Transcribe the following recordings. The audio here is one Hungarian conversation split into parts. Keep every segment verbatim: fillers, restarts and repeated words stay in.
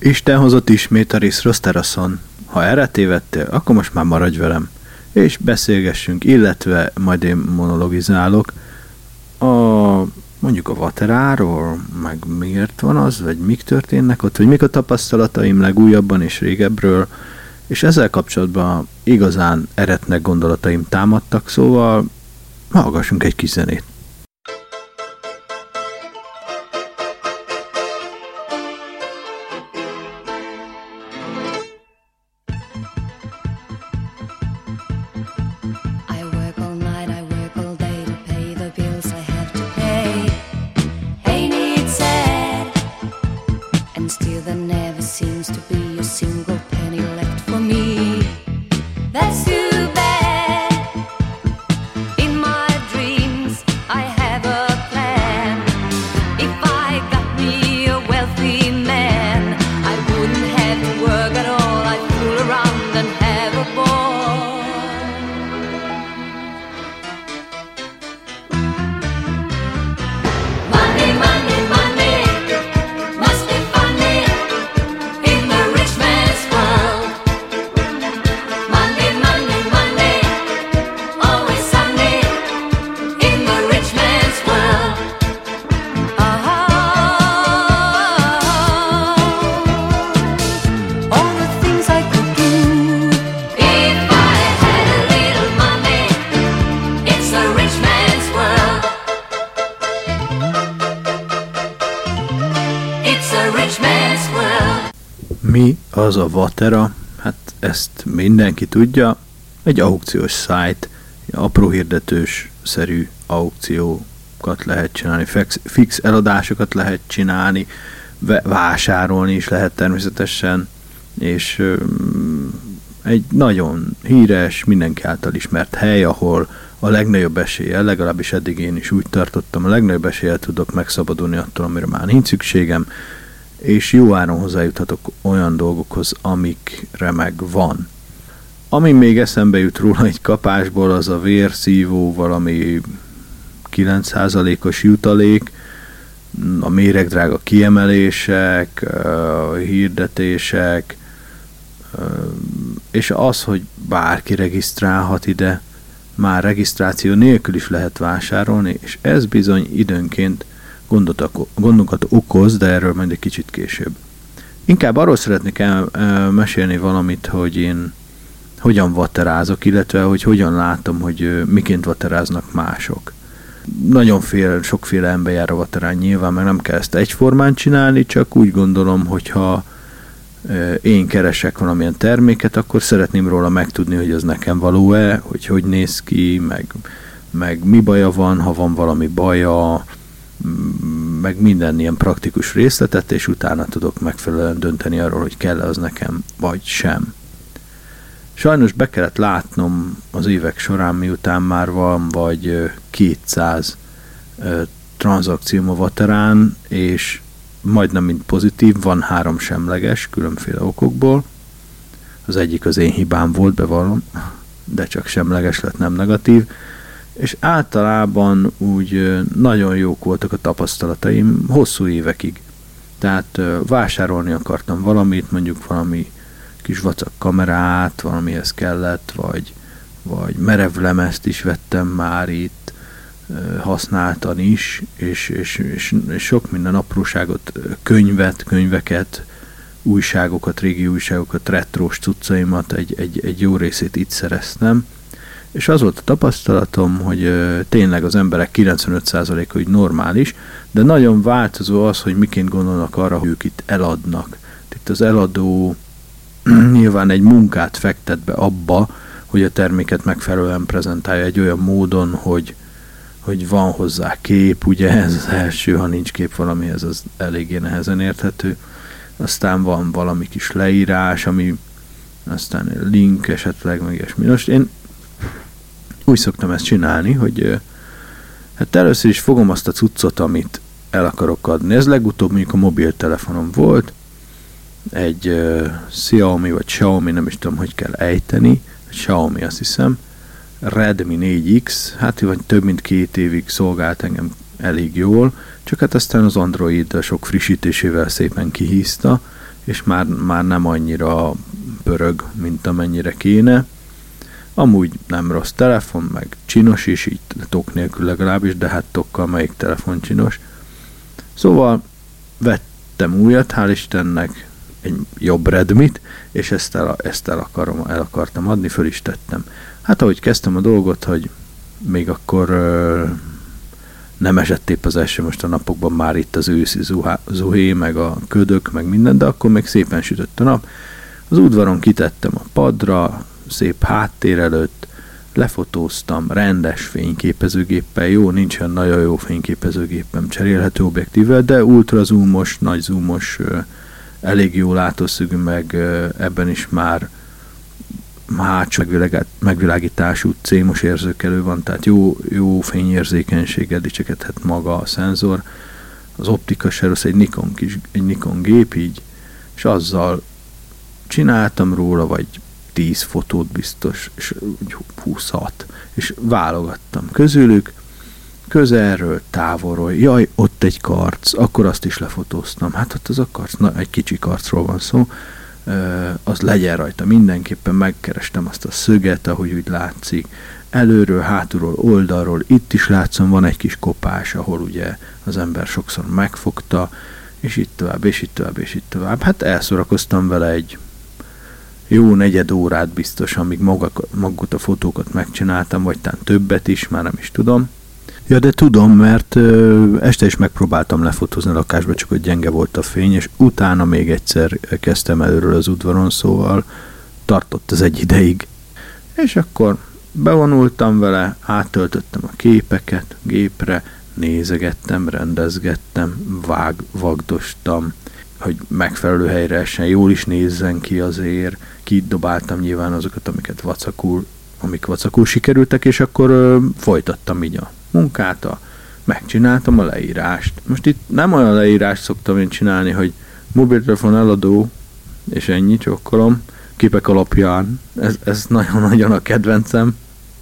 Isten hozott ismét a Riszrosz teraszon. Ha erre tévedtél, akkor most már maradj velem, és beszélgessünk, illetve majd én monologizálok a, mondjuk a Vateráról, meg miért van az, vagy mik történnek ott, vagy mik a tapasztalataim legújabban és régebbről, és ezzel kapcsolatban igazán eretnek gondolataim támadtak, szóval hallgassunk egy kis zenét. Mi az a Vatera? Hát ezt mindenki tudja. Egy aukciós szájt, apró hirdetős-szerű aukciókat lehet csinálni, fix, fix eladásokat lehet csinálni, vásárolni is lehet természetesen, és um, egy nagyon híres, mindenki által ismert hely, ahol a legnagyobb eséllyel, legalábbis eddig én is úgy tartottam, a legnagyobb eséllyel tudok megszabadulni attól, amire már nincs szükségem, és jó áron hozzájuthatok olyan dolgokhoz, amikre meg van. Ami még eszembe jut róla egy kapásból, az a vérszívó, valami kilenc százalékos jutalék, a méregdrága kiemelések, a hirdetések, és az, hogy bárki regisztrálhat ide, már regisztráció nélkül is lehet vásárolni, és ez bizony időnként gondokat okoz, de erről majd egy kicsit később. Inkább arról szeretnék el, el, mesélni valamit, hogy én hogyan vaterázok, illetve hogy hogyan látom, hogy miként vateráznak mások. Nagyon fél, sokféle ember jár a vaterán nyilván, mert nem kell ezt egyformán csinálni, csak úgy gondolom, hogyha én keresek valamilyen terméket, akkor szeretném róla megtudni, hogy az nekem való-e, hogy hogy néz ki, meg, meg mi baja van, ha van valami baja, meg minden ilyen praktikus részletet, és utána tudok megfelelően dönteni arról, hogy kell-e az nekem, vagy sem. Sajnos be kellett látnom az évek során, miután már van vagy kétszáz tranzakcióm a Vaterán, és majdnem mind pozitív, van három semleges, különféle okokból. Az egyik az én hibám volt, bevallom, de csak semleges lett, nem negatív. És általában úgy nagyon jók voltak a tapasztalataim hosszú évekig. Tehát vásárolni akartam valamit, mondjuk valami kis vacak kamerát, valamihez kellett, vagy, vagy merevlemezt is vettem már itt, használtan is, és, és, és, és sok minden apróságot, könyvet, könyveket, újságokat, régi újságokat, retrós cuccaimat, egy, egy, egy jó részét itt szereztem, és az volt a tapasztalatom, hogy ö, tényleg az emberek kilencvenöt százaléka úgy normális, de nagyon változó az, hogy miként gondolnak arra, hogy ők itt eladnak. Itt az eladó nyilván egy munkát fektet be abba, hogy a terméket megfelelően prezentálja egy olyan módon, hogy, hogy van hozzá kép, ugye ez az első, ha nincs kép valamihez, az eléggé nehezen érthető. Aztán van valami kis leírás, ami aztán link esetleg, meg ilyesmi. Most én úgy szoktam ezt csinálni, hogy hát először is fogom azt a cuccot, amit el akarok adni. Ez legutóbb mondjuk a mobiltelefonom volt, egy uh, Xiaomi vagy Xiaomi, nem is tudom, hogy kell ejteni, Xiaomi azt hiszem, Redmi négy X, hát vagy több mint két évig szolgált engem elég jól, csak hát aztán az Android sok frissítésével szépen kihízta, és már, már nem annyira pörög, mint amennyire kéne. Amúgy nem rossz telefon, meg csinos is, így tok nélkül legalábbis, de hát tokkal melyik telefon csinos. Szóval vettem újat, hál' Istennek, egy jobb Redmit, és ezt el, ezt el, akarom, el akartam adni, föl is tettem. Hát ahogy kezdtem a dolgot, hogy még akkor ö, nem esett épp az eső, most a napokban már itt az őszi zuhé, meg a ködök, meg minden, de akkor még szépen sütött a nap. Az udvaron kitettem a padra, szép háttér előtt, lefotóztam rendes fényképezőgéppel, jó, nincs olyan nagyon jó fényképezőgépem cserélhető objektívvel, de ultrazoomos, nagy zoomos, elég jó látószögű, meg ebben is már hátsó megvilágítású cémos érzékelő van, tehát jó, jó fényérzékenységgel dicsekedhet maga a szenzor. Az optika se rossz, egy Nikon, kis, egy Nikon gép így, és azzal csináltam róla, vagy tíz fotót biztos, és húszhat, és válogattam közülük, közelről, távolról, jaj, ott egy karc, akkor azt is lefotóztam, hát ott az a karc, na, egy kicsi karcról van szó, az legyen rajta, mindenképpen megkerestem azt a szöget, ahogy úgy látszik, előről, hátulról, oldalról, itt is látszom, van egy kis kopás, ahol ugye az ember sokszor megfogta, és itt tovább, és itt tovább, és itt tovább. Hát elszorakoztam vele egy jó negyed órát biztos, amíg magukat a fotókat megcsináltam, vagy talán többet is, már nem is tudom. Ja, de tudom, mert ö, este is megpróbáltam lefotózni a lakásba, csak hogy gyenge volt a fény, és utána még egyszer kezdtem előről az udvaron, szóval tartott az egy ideig. És akkor bevonultam vele, áttöltöttem a képeket gépre, nézegettem, rendezgettem, vág, vagdostam, hogy megfelelő helyre essen, jól is nézzen ki azért, kidobáltam nyilván azokat, amiket vacakul, amik vacakul sikerültek, és akkor ö, folytattam így a munkát, a, megcsináltam a leírást. Most itt nem olyan leírást szoktam én csinálni, hogy mobiltelefon eladó, és ennyi, csokkolom, képek alapján, ez, ez nagyon-nagyon a kedvencem,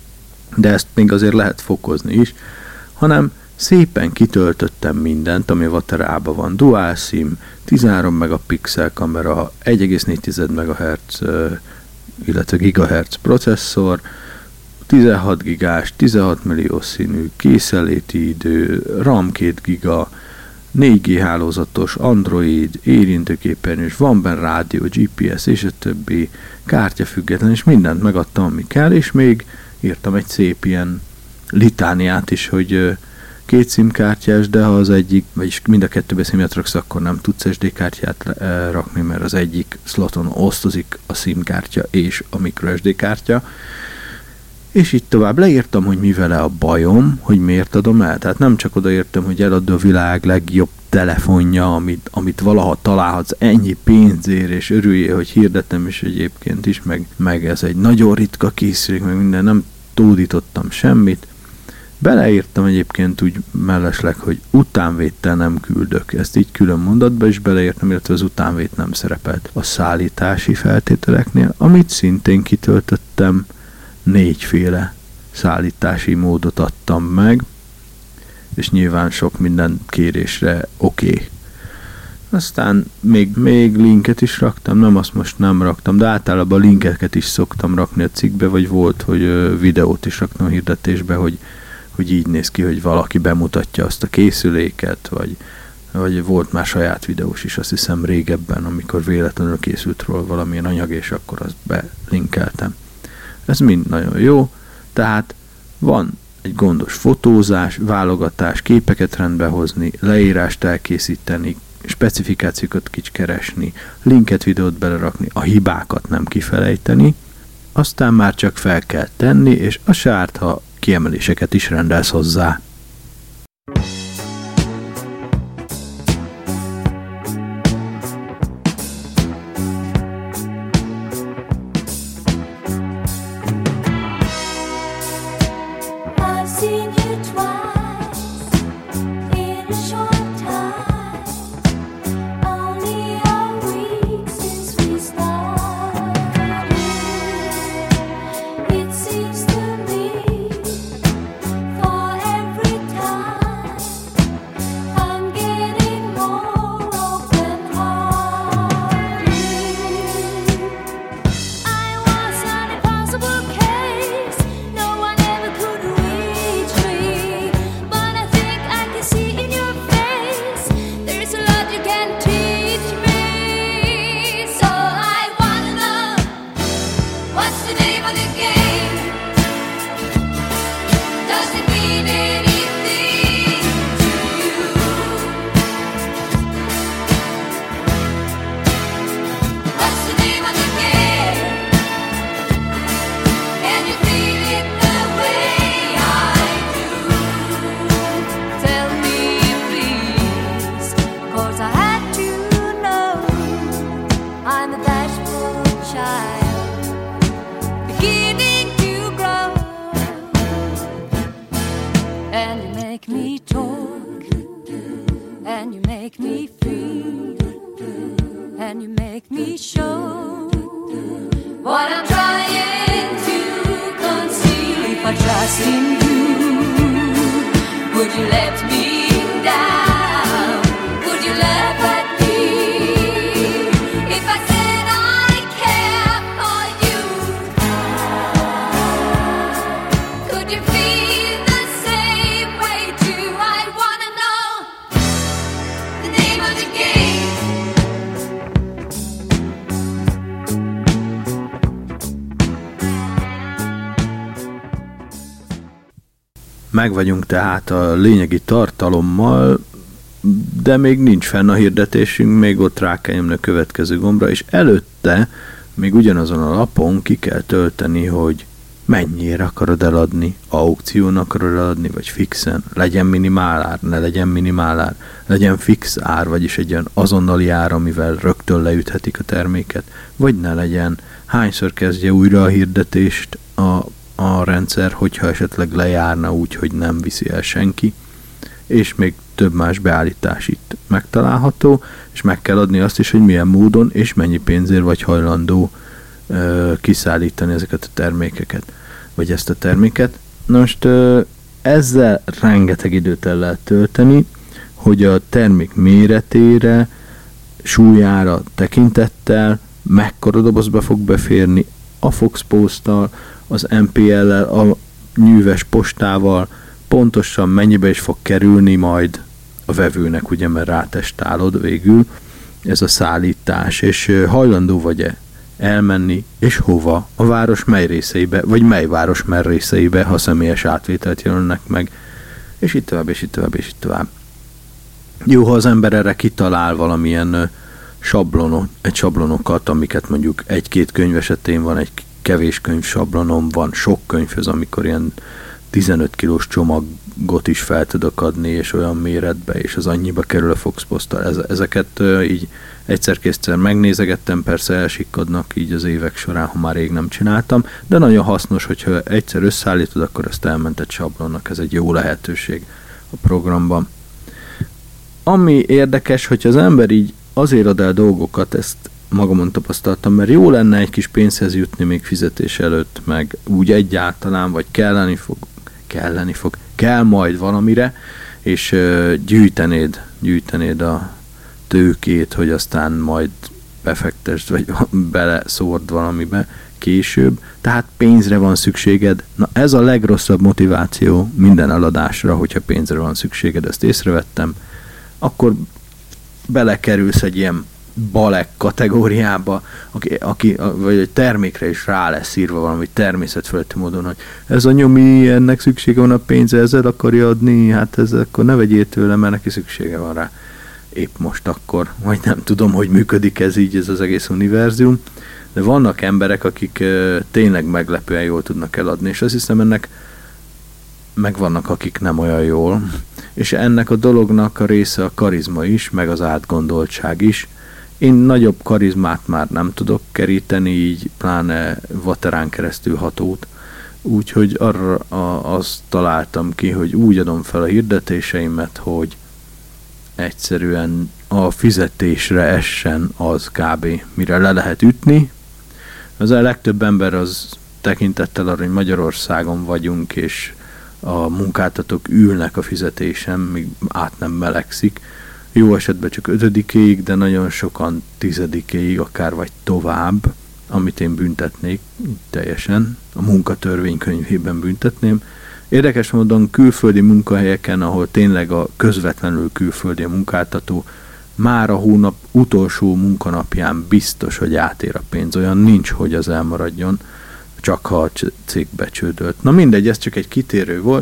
de ezt még azért lehet fokozni is, hanem szépen kitöltöttem mindent, ami a Vaterában van. Dual SIM, tizenhárom megapixel kamera, egy egész négy megahertz, illetve gigahertz processzor, tizenhat gigás, tizenhat millió színű, készenléti idő, RAM két giga, négy G hálózatos, Android, érintőképernyős, van benne rádió, gé pé es és a többi, kártyafüggetlen, és mindent megadtam, ami kell, és még írtam egy szép ilyen litániát is, hogy két SIM-kártyás, de ha az egyik, vagyis mind a kettőbe SIM-et raksz, akkor nem tudsz es dé kártyát rakni, mert az egyik sloton osztozik a SIM-kártya és a microSD kártya. És így tovább leírtam, hogy mi vele a bajom, hogy miért adom el. Tehát nem csak odaírtam, hogy eladó a világ legjobb telefonja, amit, amit valaha találhatsz ennyi pénzért, és örüljél, hogy hirdetem is egyébként is, meg, meg ez egy nagyon ritka készülék, meg minden, nem tódítottam semmit. Beleírtam egyébként úgy mellesleg, hogy utánvéttel nem küldök. Ezt így külön mondatba is beleírtam, illetve az utánvét nem szerepelt a szállítási feltételeknél, amit szintén kitöltöttem, négyféle szállítási módot adtam meg, és nyilván sok minden kérésre oké. Okay. Aztán még, még linket is raktam, nem azt most nem raktam, de általában linkeket is szoktam rakni a cikkbe, vagy volt, hogy ö, videót is raktam a hirdetésbe, hogy, hogy így néz ki, hogy valaki bemutatja azt a készüléket, vagy, vagy volt már saját videós is, azt hiszem régebben, amikor véletlenül készült róla valamilyen anyag, és akkor azt belinkeltem. Ez mind nagyon jó, tehát van egy gondos fotózás, válogatás, képeket rendbe hozni, leírást elkészíteni, specifikációkat kickeresni, linket, videót belerakni, a hibákat nem kifelejteni, aztán már csak fel kell tenni, és a sárt, ha kiemeléseket is rendelsz hozzá. Every child, beginning to grow. And you make me talk, and you make me feel, and you make me show what I'm trying to conceal. If I trust in you, would you let me down? Would you laugh at me if I said I care for you? Could you feel the same way too? I wanna know the name of the game. Meg vagyunk tehát a lényegi tartalommal, de még nincs fenn a hirdetésünk, még ott rá kell nyomni a következő gombra, és előtte még ugyanazon a lapon ki kell tölteni, hogy mennyire akarod eladni, aukción akarod eladni, vagy fixen, legyen minimálár, ne legyen minimálár, legyen fix ár, vagyis egy olyan azonnali ár, amivel rögtön leüthetik a terméket, vagy ne legyen, hányszor kezdje újra a hirdetést a a rendszer, hogyha esetleg lejárna úgy, hogy nem viszi el senki, és még több más beállítás itt megtalálható, és meg kell adni azt is, hogy milyen módon és mennyi pénzért vagy hajlandó ö, kiszállítani ezeket a termékeket, vagy ezt a terméket. Na most ö, ezzel rengeteg időt el lehet tölteni, hogy a termék méretére, súlyára tekintettel mekkora dobozba fog beférni, a Fox Post-tal, az em pé el-lel, a nyűves postával, pontosan mennyibe is fog kerülni majd a vevőnek, ugye, mert rátestálod végül ez a szállítás, és hajlandó vagy-e elmenni, és hova, a város mely részeibe, vagy mely város mely részeibe, ha személyes átvételt jelölnek meg, és itt tovább, és itt tovább, és itt tovább. Jó, ha az ember erre kitalál valamilyen sablonot, egy sablonokat, amiket mondjuk egy-két könyv esetén van, egy kevés könyv sablonom van, sok könyvhöz, amikor ilyen tizenöt kilós csomagot is fel tudok adni, és olyan méretbe, és az annyiba kerül a Fox Post-tal. Ezeket így egyszer-kétszer megnézegettem, persze elsikkadnak így az évek során, ha már rég nem csináltam, de nagyon hasznos, hogyha egyszer összeállítod, akkor ezt elmentett sablonnak, ez egy jó lehetőség a programban. Ami érdekes, hogyha az ember így azért ad el dolgokat, ezt magamon tapasztaltam, mert jó lenne egy kis pénzhez jutni még fizetés előtt, meg úgy egyáltalán, vagy kelleni fog, kelleni fog, kell majd valamire, és uh, gyűjtenéd, gyűjtenéd a tőkét, hogy aztán majd befektesd, vagy beleszórd valamibe később, tehát pénzre van szükséged. Na ez a legrosszabb motiváció minden eladásra, hogyha pénzre van szükséged, ezt észrevettem, akkor belekerülsz egy ilyen balek kategóriába, aki, aki, vagy egy termékre is rá lesz írva valami természetfeletti módon, hogy ez a nyomi, ennek szüksége van a pénze, ezzel akarja adni, hát ez akkor ne vegyél tőle, mert neki szüksége van rá. Épp most akkor, vagy nem tudom, hogy működik ez így, ez az egész univerzum, de vannak emberek, akik uh, tényleg meglepően jól tudnak eladni, és azt hiszem ennek meg vannak, akik nem olyan jól, és ennek a dolognak a része a karizma is, meg az átgondoltság is. Én nagyobb karizmát már nem tudok keríteni, így pláne vaterán keresztül hatót, úgyhogy arra a, azt találtam ki, hogy úgy adom fel a hirdetéseimet, hogy egyszerűen a fizetésre essen az kb. Mire le lehet ütni. Az a legtöbb ember az tekintettel arra, hogy Magyarországon vagyunk, és a munkáltatók ülnek a fizetésem, míg át nem melegszik. Jó esetben csak ötödikéig, de nagyon sokan tizedikéig, akár vagy tovább, amit én büntetnék teljesen, a munkatörvénykönyvében büntetném. Érdekes módon külföldi munkahelyeken, ahol tényleg a közvetlenül külföldi a munkáltató, már a hónap utolsó munkanapján biztos, hogy átér a pénz. Olyan nincs, hogy az elmaradjon, csak ha a cég becsődölt. Na mindegy, ez csak egy kitérő volt.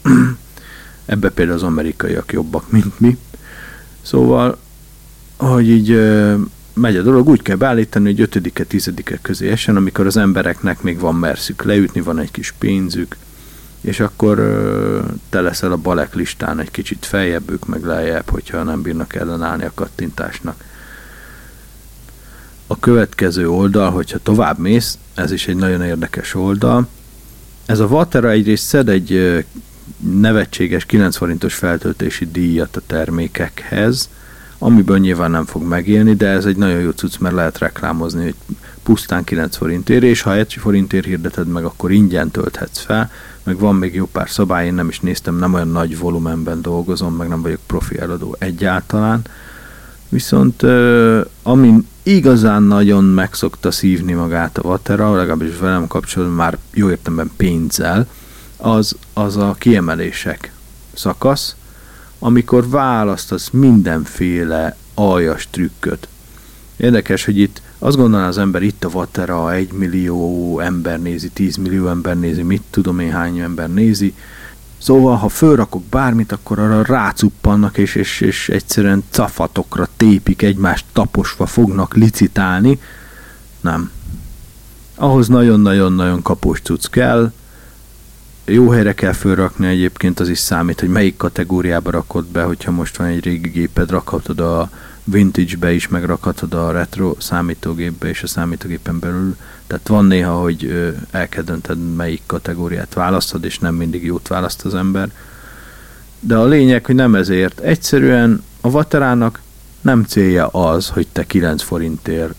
Ebbe például az amerikaiak jobbak, mint mi. Szóval, hogy így ö, megy a dolog, úgy kell beállítani, hogy ötödike, tizedike közé essen, amikor az embereknek még van merszük leütni, van egy kis pénzük, és akkor ö, te leszel a balek listán egy kicsit feljebb, ők meg lejjebb, hogyha nem bírnak ellenállni a kattintásnak. a következő oldal, hogyha tovább mész, ez is egy nagyon érdekes oldal. Ez a Vatera egyrészt szed egy nevetséges kilenc forintos feltöltési díjat a termékekhez, amiből nyilván nem fog megélni, de ez egy nagyon jó cucc, mert lehet reklámozni, hogy pusztán kilenc forintért, és ha egy forintért hirdeted meg, akkor ingyen tölthetsz fel, meg van még jó pár szabály, én nem is néztem, nem olyan nagy volumenben dolgozom, meg nem vagyok profi eladó egyáltalán. Viszont amin igazán nagyon megszokta szívni magát a Vatera, legalábbis velem kapcsolatban már jó értelemben pénzzel, az, az a kiemelések szakasz, amikor választasz mindenféle aljas trükköt. Érdekes, hogy itt azt gondolná az ember, itt a Vatera, egy millió ember nézi, tíz millió ember nézi, mit tudom én hány ember nézi. Szóval, ha fölrakok bármit, akkor arra rácuppannak, és, és, és egyszerűen cafatokra tépik, egymást taposva fognak licitálni. Nem. Ahhoz nagyon-nagyon-nagyon kapós cucc kell. Jó helyre kell fölrakni, egyébként az is számít, hogy melyik kategóriába rakod be, hogyha most van egy régi géped, rakhatod a vintage-be is, meg rakhatod a retro számítógépbe és a számítógépen belül. Tehát van néha, hogy el kell dönted, melyik kategóriát választod, és nem mindig jót választ az ember. De a lényeg, hogy nem ezért. Egyszerűen a Vaterának nem célja az, hogy te kilenc forintért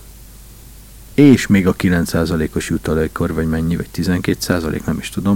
és még a kilenc százalékos jutalékkor, vagy mennyi, vagy tizenkét százalék, nem is tudom,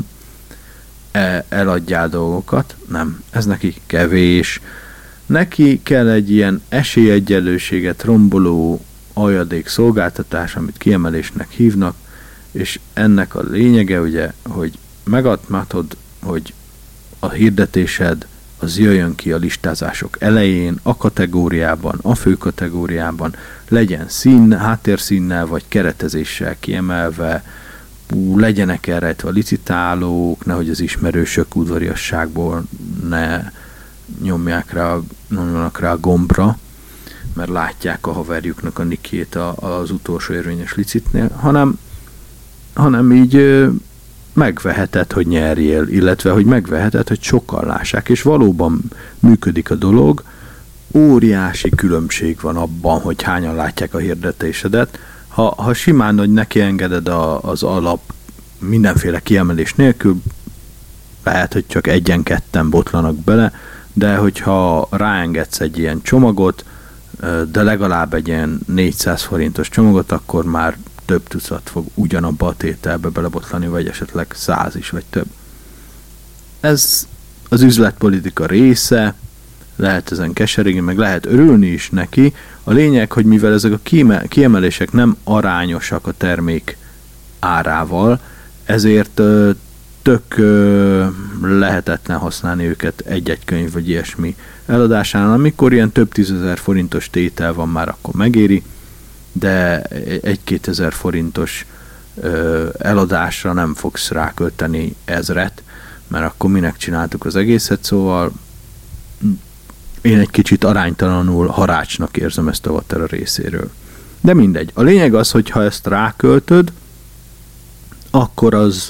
eladjál dolgokat. Nem, ez neki kevés. Neki kell egy ilyen esélyegyenlőséget romboló aljadék szolgáltatás, amit kiemelésnek hívnak, és ennek a lényege ugye, hogy megadhatod, hogy a hirdetésed az jöjjön ki a listázások elején, a kategóriában, a fő kategóriában, legyen szín, háttérszínnel vagy keretezéssel kiemelve, legyenek elrejtve a licitálók, nehogy az ismerősök udvariasságból ne nyomják rá, nyomjanak rá a gombra, mert látják a haverjuknak a nikét az utolsó érvényes licitnél, hanem, hanem így ö, megveheted, hogy nyerjél, illetve hogy megveheted, hogy sokan lássák, és valóban működik a dolog. Óriási különbség van abban, hogy hányan látják a hirdetésedet. Ha, ha simán, hogy neki engeded a, az alap mindenféle kiemelés nélkül, lehet, hogy csak egyen-ketten botlanak bele, de hogyha ráengedsz egy ilyen csomagot, de legalább egy ilyen négyszáz forintos csomagot, akkor már több tucat fog ugyanabba a tételbe belebotlani, vagy esetleg száz is, vagy több. Ez az üzletpolitika része, lehet ezen keserégni, meg lehet örülni is neki. A lényeg, hogy mivel ezek a kiemelések nem arányosak a termék árával, ezért tök lehetetlen használni őket egy-egy könyv vagy ilyesmi eladásánál. Amikor ilyen több tízezer forintos tétel van, már akkor megéri, de egy-kétezer forintos eladásra nem fogsz rákölteni ezret, mert akkor minek csináltuk az egészet, szóval én egy kicsit aránytalanul harácsnak érzem ezt a Vatera részéről. De mindegy. A lényeg az, hogy ha ezt ráköltöd, akkor az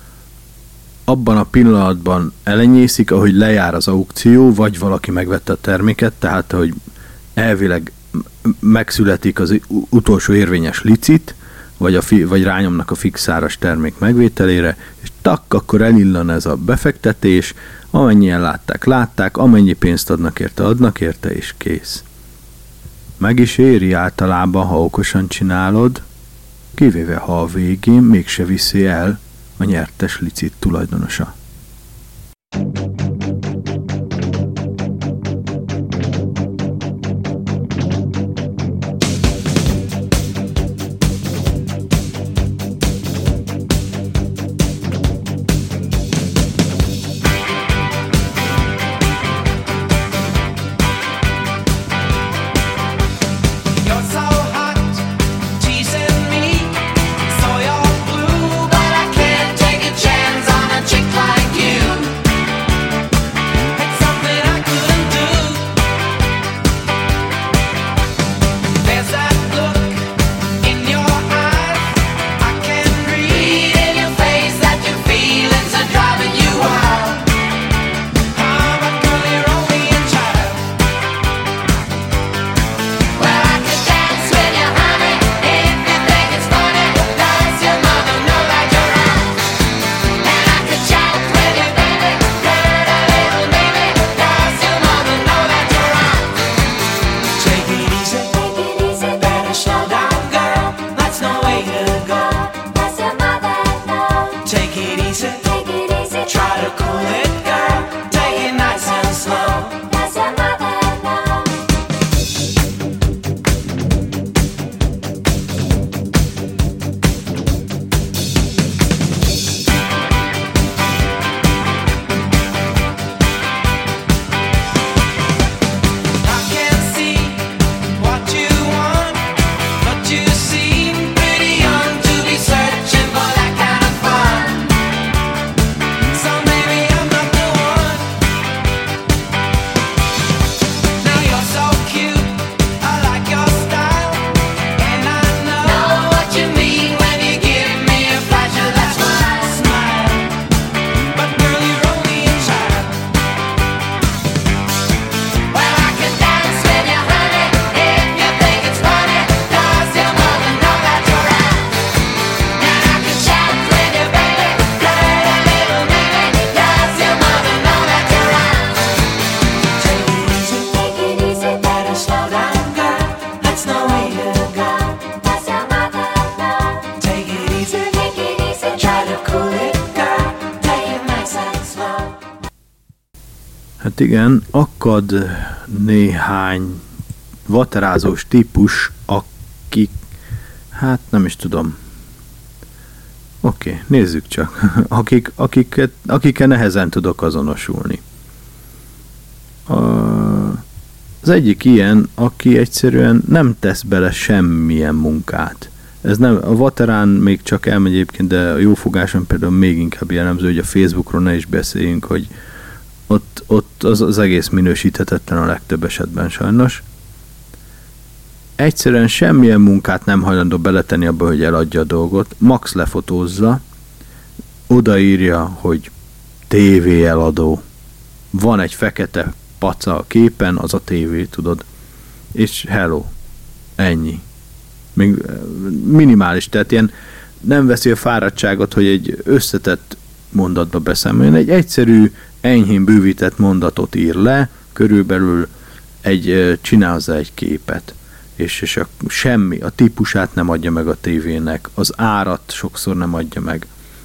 abban a pillanatban elenyészik, ahogy lejár az aukció, vagy valaki megvette a terméket, tehát hogy elvileg megszületik az utolsó érvényes licit, vagy, a fi, vagy rányomnak a fixáras termék megvételére, és tak, akkor elillan ez a befektetés, amennyien látták, látták, amennyi pénzt adnak érte, adnak érte, és kész. Meg is éri általában, ha okosan csinálod, kivéve ha a végén mégse viszi el a nyertes licit tulajdonosa. Like Hát igen, akad néhány vaterázós típus, akik, hát nem is tudom. Oké, okay, nézzük csak. Akik, akiket, akikkel nehezen tudok azonosulni. A, az egyik ilyen, aki egyszerűen nem tesz bele semmilyen munkát. Ez nem, a vaterán még csak elmegy egyébként, de a jófogáson például még inkább jellemző, hogy a Facebookról ne is beszéljünk, hogy ott, ott az, az egész minősíthetetlen a legtöbb esetben sajnos. Egyszerűen semmilyen munkát nem hajlandó beletenni abba, hogy eladja a dolgot. Max lefotózza, odaírja, hogy té vé eladó. Van egy fekete paca a képen, az a tévé, tudod. És hello. Ennyi. Még minimális, tehát ilyen nem veszi a fáradtságot, hogy egy összetett mondatba beszámoljon. Egy egyszerű, enyhén bővített mondatot ír le, körülbelül egy, csinálza egy képet. És, és a, semmi, a típusát nem adja meg a tévének, az árat sokszor nem adja meg,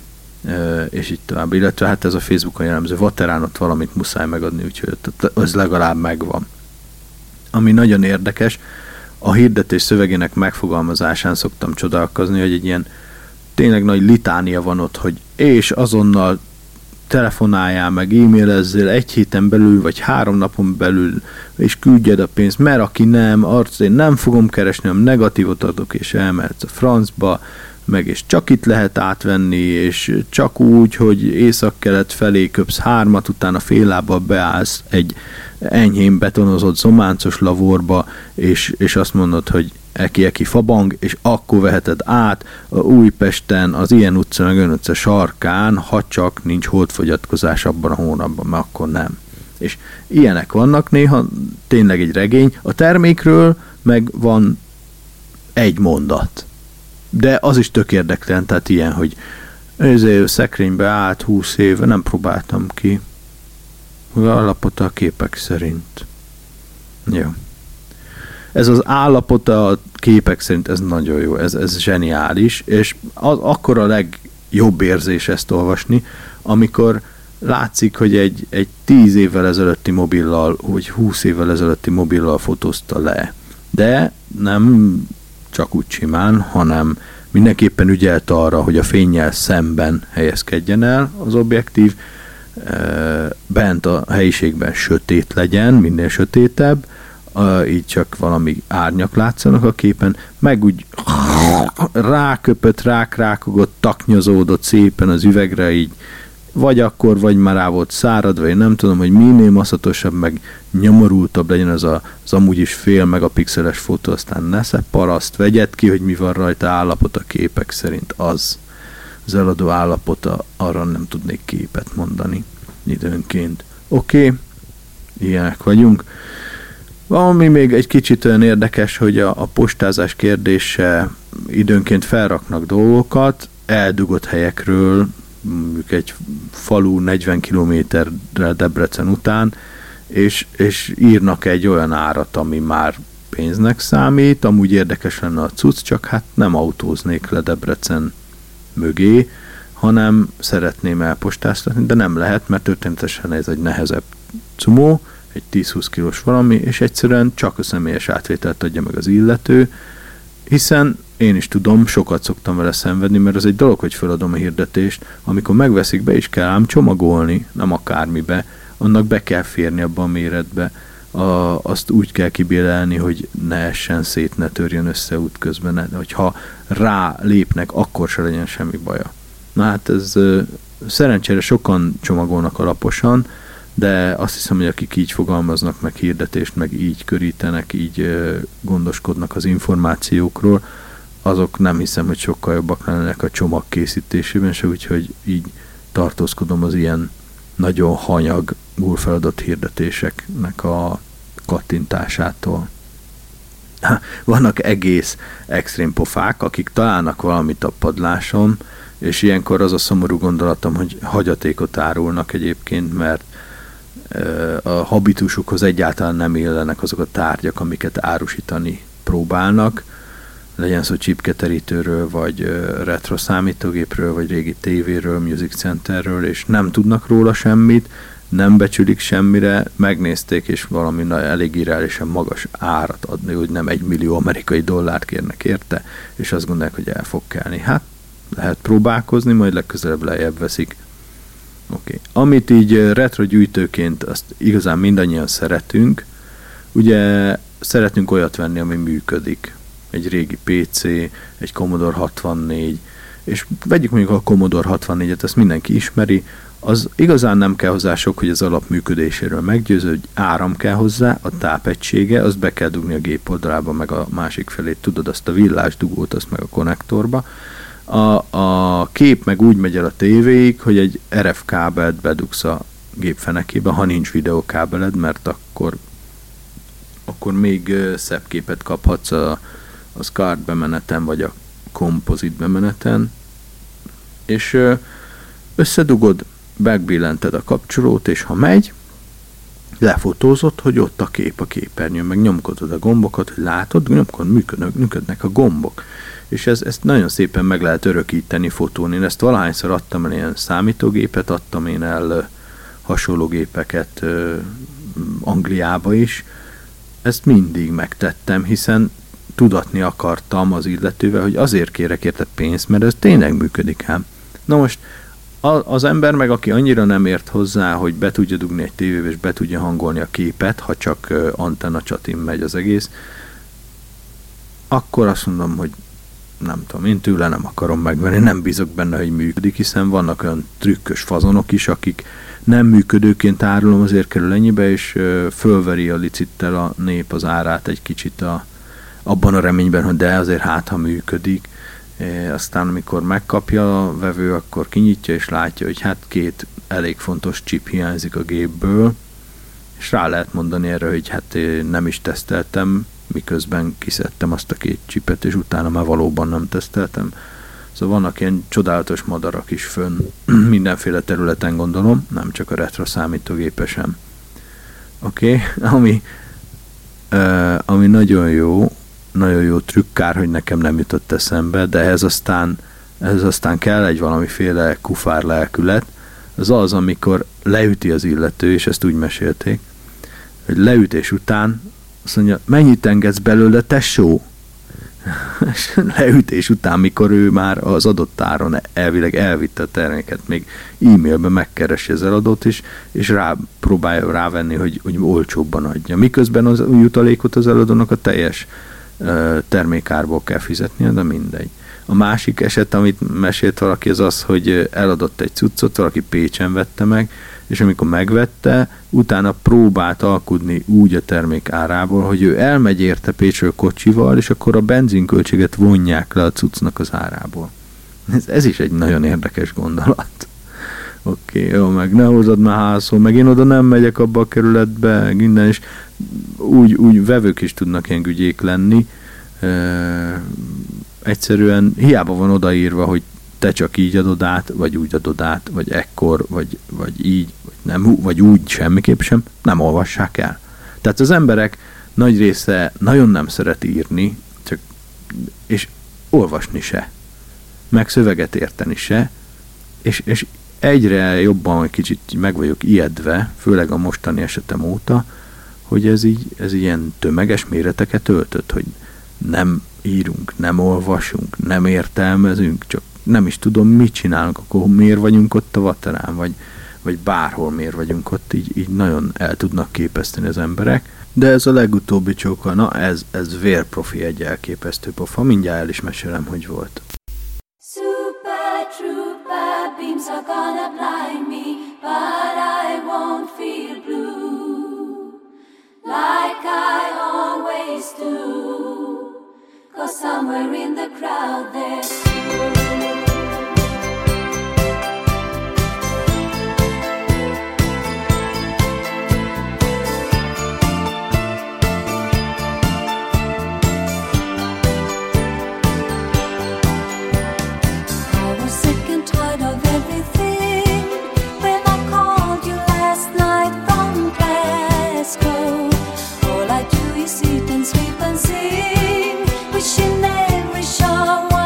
e, és így tovább. Illetve hát ez a Facebookon jellemző, vateránot valamit muszáj megadni, úgyhogy az legalább megvan. Ami nagyon érdekes, a hirdetés szövegének megfogalmazásán szoktam csodálkozni, hogy egy ilyen tényleg nagy litánia van ott, hogy és azonnal telefonáljál meg, e-mailezzél egy héten belül, vagy három napon belül, és küldjed a pénzt, mert aki nem, arc én nem fogom keresni, hanem negatívot adok, és elmehetsz a francba, meg és csak itt lehet átvenni, és csak úgy, hogy észak-kelet felé köpsz hármat, utána fél lábbal beállsz egy enyhén betonozott zománcos lavorba, és, és azt mondod, hogy eki-eki fabang, és akkor veheted át a Újpesten, az ilyen utca, meg ön utca sarkán, ha csak nincs holdfogyatkozás abban a hónapban, mert akkor nem. És ilyenek vannak néha, tényleg egy regény. A termékről meg van egy mondat. De az is tök érdektelen, tehát ilyen, hogy ezért szekrénybe állt húsz éve, nem próbáltam ki. Állapota a képek szerint. Jó. Ez az állapota a képek szerint, ez nagyon jó, ez, ez zseniális, és az, akkor a legjobb érzés ezt olvasni, amikor látszik, hogy egy, egy tíz évvel ezelőtti mobillal, vagy húsz évvel ezelőtti mobillal fotózta le. De nem csak úgy simán, hanem mindenképpen ügyelt arra, hogy a fénnyel szemben helyezkedjen el az objektív, bent a helyiségben sötét legyen, minél sötétebb, így csak valami árnyak látszanak a képen, meg úgy ráköpött, rákrákogott, taknyozódott szépen az üvegre, így vagy akkor, vagy már rá volt száradva, én nem tudom, hogy minél maszatosabb, meg nyomorultabb legyen az a, az amúgy is fél megapixeles fotó, aztán nesze paraszt, vegyed ki, hogy mi van rajta, állapot a képek szerint az. Az eladó állapota, arra nem tudnék képet mondani időnként. Oké, okay. Ilyenek vagyunk. Ami még egy kicsit olyan érdekes, hogy a, a postázás kérdése időnként felraknak dolgokat, eldugott helyekről, mondjuk egy falu negyven kilométerre Debrecen után, és, és írnak egy olyan árat, ami már pénznek számít, amúgy érdekes lenne a cucc, csak hát nem autóznék le Debrecen mögé, hanem szeretném elpostáztatni, de nem lehet, mert történetesen ez egy nehezebb cumó, egy tíz-húsz kilós valami, és egyszerűen csak a személyes átvételt adja meg az illető, hiszen én is tudom, sokat szoktam vele szenvedni, mert az egy dolog, hogy feladom a hirdetést, amikor megveszik, be is kell ám csomagolni, nem akármibe, annak be kell férni abba a méretbe, a, azt úgy kell kibélelni, hogy ne essen szét, ne törjön össze útközben, ne, hogyha rá lépnek, akkor se legyen semmi baja. Na hát ez szerencsére sokan csomagolnak alaposan, de azt hiszem, hogy akik így fogalmaznak meg hirdetést, meg így körítenek, így gondoskodnak az információkról, azok nem hiszem, hogy sokkal jobbak lennének a csomag készítésében se, úgyhogy így tartózkodom az ilyen nagyon hanyag, gúrfeladott hirdetéseknek a kattintásától. Vannak egész extrém pofák, akik találnak valamit a padláson, és ilyenkor az a szomorú gondolatom, hogy hagyatékot árulnak egyébként, mert a habitusukhoz egyáltalán nem illenek azok a tárgyak, amiket árusítani próbálnak, legyen szó csipketerítőről, vagy retro számítógépről, vagy régi tévéről, Music Centerről, és nem tudnak róla semmit, nem becsülik semmire, megnézték, és valami elég irreálisan magas árat adni, hogy nem egy millió amerikai dollárt kérnek érte, és azt gondolják, hogy el fog kelni. Hát lehet próbálkozni, majd legközelebb lejjebb veszik. Oké. Okay. Amit így retro gyűjtőként azt igazán mindannyian szeretünk, ugye szeretünk olyat venni, ami működik. Egy régi pé cé, egy Commodore hatvannégy, és vegyük mondjuk a Commodore hatvannégyet, ezt mindenki ismeri, az igazán nem kell hozzá sok, hogy az alapműködéséről meggyőző, hogy áram kell hozzá, a tápegysége, azt be kell dugni a gép oldalába, meg a másik felét, tudod, azt a villásdugót, azt meg a konnektorba. A, a kép meg úgy megy el a tévéig, hogy egy er ef kábelt bedugsz a gép fenekébe, ha nincs videókábeled, mert akkor, akkor még szebb képet kaphatsz a, a SCART bemeneten, vagy a kompozit bemeneten, és összedugod, megbillented a kapcsolót, és ha megy, lefotózod, hogy ott a kép a képernyőn, meg nyomkodod a gombokat, hogy látod, nyomkod, működnek, működnek a gombok. És ez, ezt nagyon szépen meg lehet örökíteni fotón. Én ezt valahányszor adtam el, ilyen számítógépet, adtam én el hasonló gépeket ö, Angliába is. Ezt mindig megtettem, hiszen tudatni akartam az illetővel, hogy azért kérek érte pénzt, mert ez tényleg működik ám. Na most az ember meg, aki annyira nem ért hozzá, hogy be tudja dugni egy tévébe, és be tudja hangolni a képet, ha csak antenna csatin megy az egész, akkor azt mondom, hogy nem tudom, én tőle nem akarom megvenni, nem bízok benne, hogy működik, hiszen vannak olyan trükkös fazonok is, akik nem működőként árulom, azért kerül ennyibe, és fölveri a licittel a nép az árát egy kicsit a, abban a reményben, hogy de azért hát, ha működik. E, aztán amikor megkapja a vevő, akkor kinyitja és látja, hogy hát két elég fontos chip hiányzik a gépből, és rá lehet mondani erre, hogy hát nem is teszteltem, miközben kiszedtem azt a két chipet, és utána már valóban nem teszteltem. Szóval vannak ilyen csodálatos madarak is fönn mindenféle területen, gondolom, nem csak a retro számítógépesen. Oké, okay. ami, uh, ami nagyon jó, nagyon jó trükk, kár, hogy nekem nem jutott eszembe, de ehhez aztán, ehhez aztán kell egy valamiféle kufár lelkület, az az, amikor leüti az illető, és ezt úgy mesélték, hogy leütés után azt mondja, mennyit engedsz belőle, tesó? És leütés után, mikor ő már az adott áron elvileg elvitte a terméket, még e-mailben megkeresi az eladót is, és rá, próbálja rávenni, hogy, hogy olcsóbban adja. Miközben az jutalékot az eladónak a teljes uh, termékárból kell fizetnie, de mindegy. A másik eset, amit mesélt valaki, az az, hogy eladott egy cuccot, valaki Pécsen vette meg, és amikor megvette, utána próbált alkudni úgy a termék árából, hogy ő elmegy érte Pécsről kocsival, és akkor a benzinköltséget vonják le a cuccnak az árából. Ez, ez is egy nagyon érdekes gondolat. Oké, okay, jó, meg ne hozod már házhoz, meg én oda nem megyek abba a kerületbe, minden, és úgy, úgy vevők is tudnak ilyen ügyék lenni. E, egyszerűen hiába van odaírva, hogy te csak így adod át, vagy úgy adod át, vagy ekkor, vagy, vagy így, vagy, nem, vagy úgy, semmiképp sem, nem olvassák el. Tehát az emberek nagy része nagyon nem szeret írni, csak, és olvasni se, meg szöveget érteni se, és, és egyre jobban egy kicsit meg vagyok ijedve, főleg a mostani esetem óta, hogy ez így, ez ilyen tömeges méreteket öltött, hogy nem írunk, nem olvasunk, nem értelmezünk, csak nem is tudom, mit csinálunk, akkor miért vagyunk ott a Vaterán, vagy, vagy bárhol miért vagyunk ott, így, így nagyon el tudnak képeszteni az emberek. De ez a legutóbbi csóka, na ez, ez vérprofi, egy elképesztő pofa, mindjárt el is mesélem, hogy volt. Super trooper beams are gonna blind me, but I won't feel blue, like I always do, 'cause somewhere in the crowd there's you. Sleep and sing, wishing every shower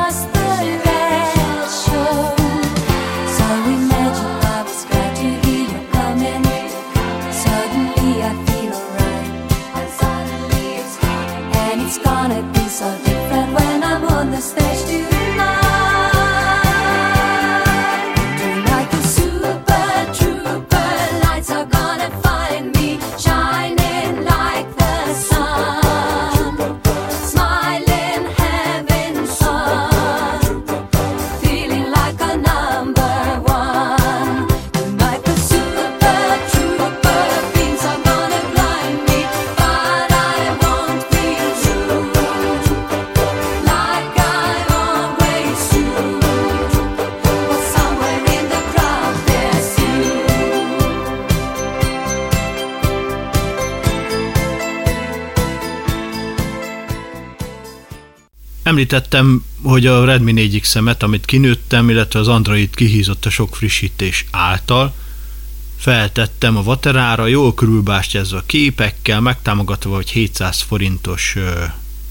Említettem, hogy a Redmi négy iksz-emet, amit kinőttem, illetve az Android kihízott a sok frissítés által, feltettem a Vaterára, jól körülbástyázva képekkel, megtámogatva, hogy hétszáz forintos ö, ö,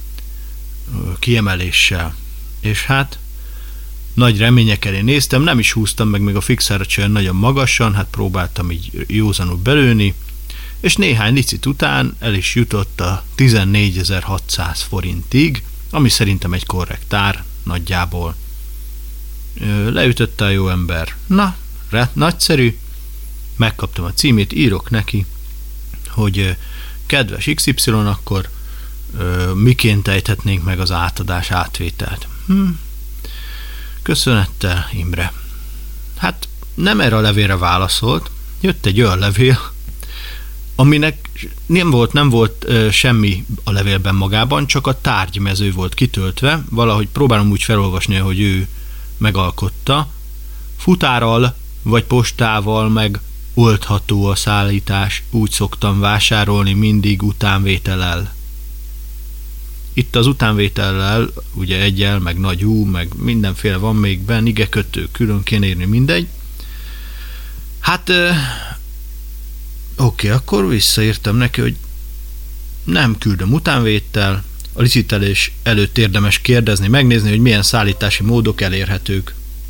kiemeléssel. És hát nagy remények elé néztem, nem is húztam meg még a fixárat sem nagyon magasan, hát próbáltam így józanul belőni, és néhány licit után el is jutott a tizennégyezer-hatszáz forintig, ami szerintem egy korrekt ár, nagyjából. Leütötte a jó ember. Na, re, nagyszerű. Megkaptam a címét, írok neki, hogy kedves iksz ipszilon, akkor miként ejthetnénk meg az átadás átvételt. Hm. Köszönettel, Imre. Hát nem erre a levélre válaszolt, jött egy olyan levél, aminek nem volt, nem volt ö, semmi a levélben magában, csak a tárgymező volt kitöltve, valahogy próbálom úgy felolvasni, hogy ő megalkotta. Futárral vagy postával meg oldható a szállítás, úgy szoktam vásárolni mindig utánvétellel. Itt az utánvétellel, ugye egyel, meg nagy ú, meg mindenféle van még benn, igekötő, külön kéne írni, mindegy. Hát... Ö, Oké, okay, akkor visszaírtam neki, hogy nem küldöm utánvétel, a licitálés előtt érdemes kérdezni, megnézni, hogy milyen szállítási módok elérhetők.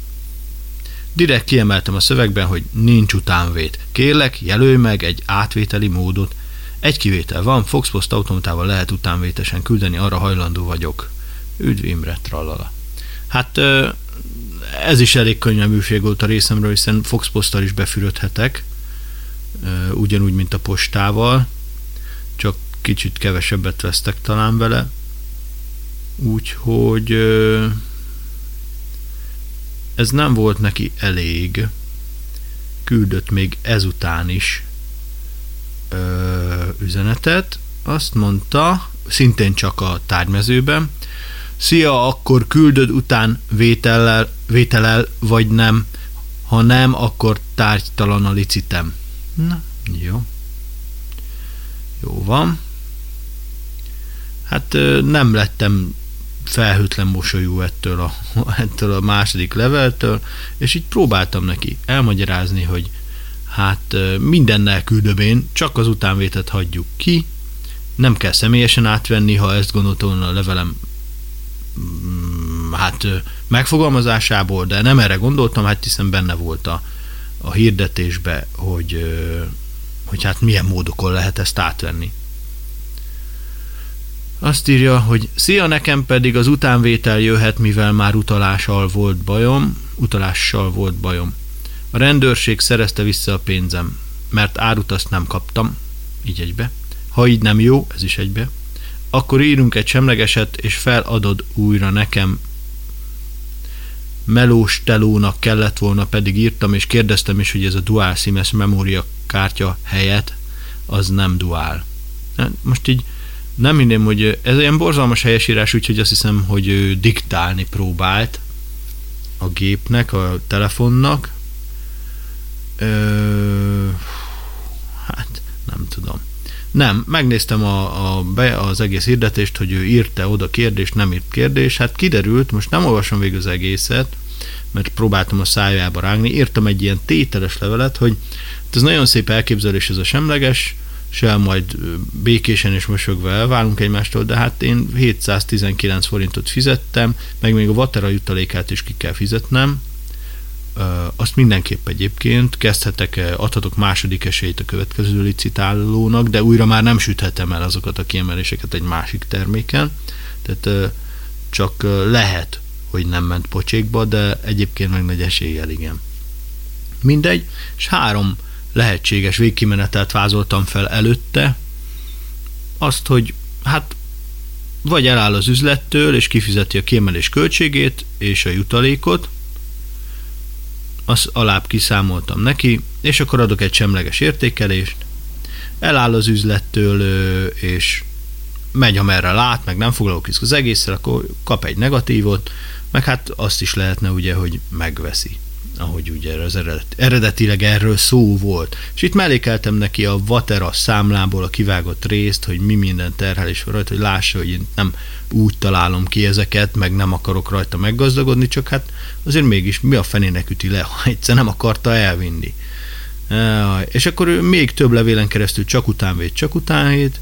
Direkt kiemeltem a szövegben, hogy nincs utánvét. Kérlek, jelölj meg egy átvételi módot. Egy kivétel van, Foxpost automatával lehet utánvétesen küldeni, arra hajlandó vagyok. Üdv Imre, trallala. Hát ez is elég könnyelműség volt a részemről, hiszen Foxposttal is befürödhetek, ugyanúgy, mint a postával, csak kicsit kevesebbet vesztek talán vele, úgyhogy ez nem volt neki elég, küldött még ezután is üzenetet, azt mondta, szintén csak a tárgymezőben, szia, akkor küldöd után vétellel, vétellel, vagy nem, ha nem, akkor tárgytalan a licitem. Na, jó. Jó van. Hát nem lettem felhőtlen mosolyú ettől a, ettől a második leveltől, és így próbáltam neki elmagyarázni, hogy hát mindennel küldöm én, csak az utánvételt hagyjuk ki, nem kell személyesen átvenni, ha ezt gondoltam volna a levelem hát megfogalmazásából, de nem erre gondoltam, hát hiszen benne volt a a hirdetésbe, hogy, hogy hát milyen módokon lehet ezt átvenni. Azt írja, hogy szia, nekem pedig az utánvétel jöhet, mivel már utalással volt bajom, utalással volt bajom. A rendőrség szerezte vissza a pénzem, mert árut azt nem kaptam, így egybe. Ha így nem jó, ez is egybe, akkor írunk egy semlegeset, és feladod újra nekem. Melós telónak kellett volna, pedig írtam, és kérdeztem is, hogy ez a dual sim-es memória kártya helyett, az nem dual. Most így nem hinném, hogy ez ilyen borzalmas helyesírás, úgyhogy azt hiszem, hogy ő diktálni próbált a gépnek, a telefonnak. Ö, hát nem tudom. Nem, megnéztem a, a, be, az egész hirdetést, hogy ő írta oda kérdést, nem írt kérdés, hát kiderült, most nem olvasom végül az egészet, mert próbáltam a szájába rágni, írtam egy ilyen tételes levelet, hogy ez nagyon szép elképzelés ez a semleges, se majd békésen és mosolyogva elválunk egymástól, de hát én hétszáztizenkilenc forintot fizettem, meg még a Vatera jutalékát is ki kell fizetnem, azt mindenképp egyébként kezdhetek, adhatok második esélyt a következő licitálónak, de újra már nem süthetem el azokat a kiemeléseket egy másik terméken, tehát csak lehet hogy nem ment pocsékba, de egyébként meg nagy eséllyel igen. Mindegy, és három lehetséges végkimenetet vázoltam fel előtte. Azt, hogy hát vagy eláll az üzlettől, és kifizeti a kiemelés költségét és a jutalékot, azt alább kiszámoltam neki, és akkor adok egy semleges értékelést, eláll az üzlettől, és megy, amerre lát, meg nem foglalkozik az egészre, akkor kap egy negatívot, meg hát azt is lehetne ugye, hogy megveszi, ahogy ugye az eredet, eredetileg erről szó volt. És itt mellékeltem neki a Vatera számlából a kivágott részt, hogy mi minden terhelés van rajta, hogy lássa, hogy én nem úgy találom ki ezeket, meg nem akarok rajta meggazdagodni, csak hát azért mégis mi a fenének üti le, ha egyszer nem akarta elvinni. És akkor ő még több levélen keresztül csak utánvét, csak utánvét,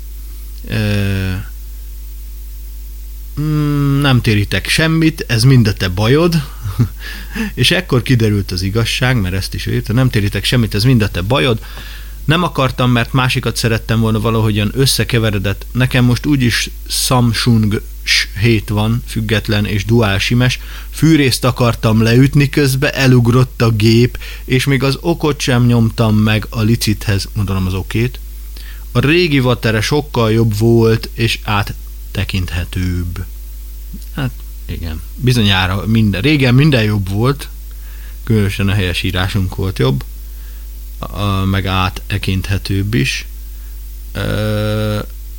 nem térítek semmit, ez mind a te bajod, és ekkor kiderült az igazság, mert ezt is írta, nem térítek semmit, ez mind a te bajod, nem akartam, mert másikat szerettem volna valahogyan összekeveredett, nekem most úgyis Samsung hét van, független és dual simes, fűrészt akartam leütni, közbe elugrott a gép, és még az okot sem nyomtam meg a licithez, mondanom az okét. A régi Vatera sokkal jobb volt, és áttekinthetőbb. Hát igen, bizonyára minden, régen minden jobb volt, különösen a helyesírásunk volt jobb, a, meg áttekinthetőbb is. Ö...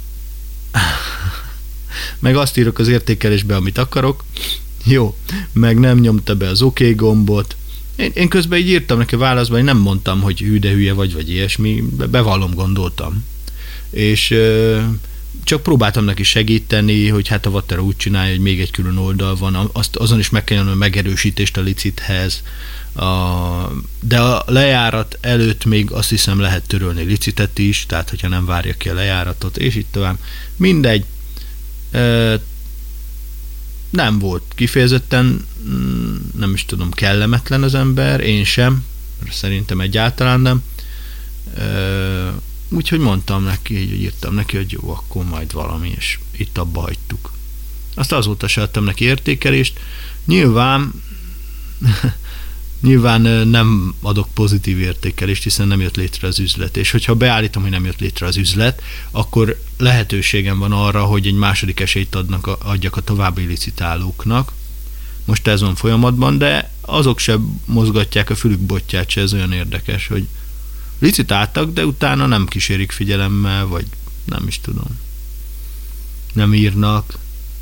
meg azt írok az értékelésbe, amit akarok. Jó, meg nem nyomta be az OK gombot. Én, én közben így írtam neki válaszban, hogy nem mondtam, hogy hű de hülye vagy, vagy ilyesmi, bevallom, gondoltam. És ö, csak próbáltam neki segíteni, hogy hát a Vatera úgy csinálja, hogy még egy külön oldal van, azt, azon is meg kell jönni a megerősítést a licithez, a, de a lejárat előtt még azt hiszem lehet törölni licitet is, tehát hogyha nem várja ki a lejáratot, és itt tovább. Mindegy, e, nem volt kifejezetten, nem is tudom, kellemetlen az ember, én sem, szerintem egyáltalán nem. E, Úgyhogy mondtam neki, így írtam neki, hogy jó, akkor majd valami, és itt abba hagytuk. Azt azóta se adtam neki értékelést. Nyilván nyilván nem adok pozitív értékelést, hiszen nem jött létre az üzlet. És hogyha beállítom, hogy nem jött létre az üzlet, akkor lehetőségem van arra, hogy egy második esélyt adnak, adjak a további licitálóknak. Most ez van folyamatban, de azok sem mozgatják a fülük botját se, ez olyan érdekes, hogy licitáltak, de utána nem kísérik figyelemmel, vagy nem is tudom. Nem írnak.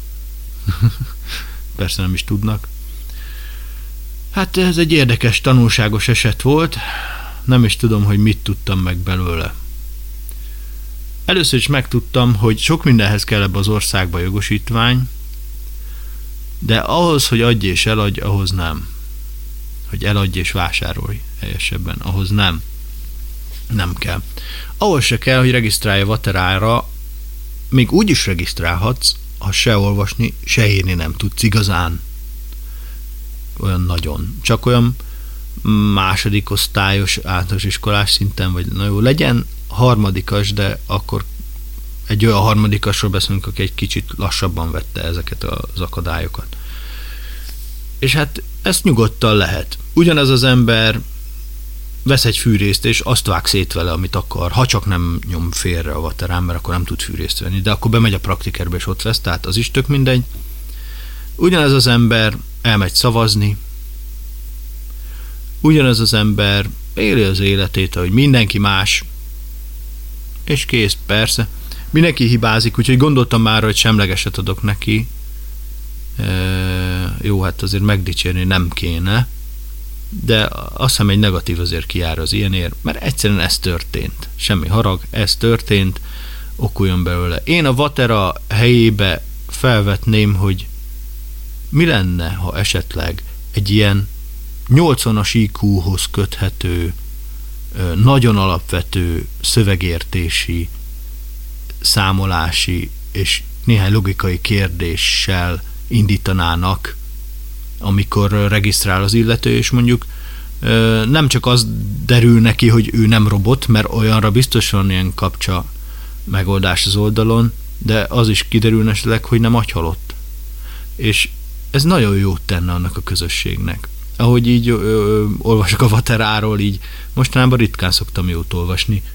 Persze nem is tudnak. Hát ez egy érdekes, tanulságos eset volt. Nem is tudom, hogy mit tudtam meg belőle. Először is megtudtam, hogy sok mindenhez kell ebbe az országba jogosítvány, de ahhoz, hogy adj és eladj, ahhoz nem. Hogy eladj és vásárolj helyesebben, ahhoz nem. Nem kell. Ahhoz se kell, hogy regisztrálja Vaterára, még úgy is regisztrálhatsz, ha se olvasni, se írni nem tudsz igazán. Olyan nagyon. Csak olyan második osztályos, általános iskolás szinten, vagy na jó, legyen harmadikas, de akkor egy olyan harmadikasról beszélünk, aki egy kicsit lassabban vette ezeket az akadályokat. És hát ezt nyugodtan lehet. Ugyanaz az ember vesz egy fűrészt, és azt vág szét vele, amit akar, ha csak nem nyom félre a Vaterán, mert akkor nem tud fűrészt venni, de akkor bemegy a praktikerbe, és ott vesz, tehát az is tök mindegy. Ugyanez az ember elmegy szavazni, ugyanez az ember éli az életét, ahogy mindenki más, és kész, persze. Mindenki hibázik, úgyhogy gondoltam már, hogy semlegeset adok neki. E, jó, hát azért megdicsérni nem kéne, de azt hiszem egy negatív azért kijár az ilyenért, mert egyszerűen ez történt. Semmi harag, ez történt, okuljon belőle. Én a Vatera helyébe felvetném, hogy mi lenne, ha esetleg egy ilyen nyolcvanas í kúhoz köthető, nagyon alapvető szövegértési, számolási és néhány logikai kérdéssel indítanának, amikor regisztrál az illető, és mondjuk nem csak az derül neki, hogy ő nem robot, mert olyanra biztos van ilyen kapcsa megoldás az oldalon, de az is kiderül esetleg, hogy nem agyhalott. És ez nagyon jót tenne annak a közösségnek. Ahogy így ö, ö, olvasok a Vateráról, így mostanában ritkán szoktam jót olvasni.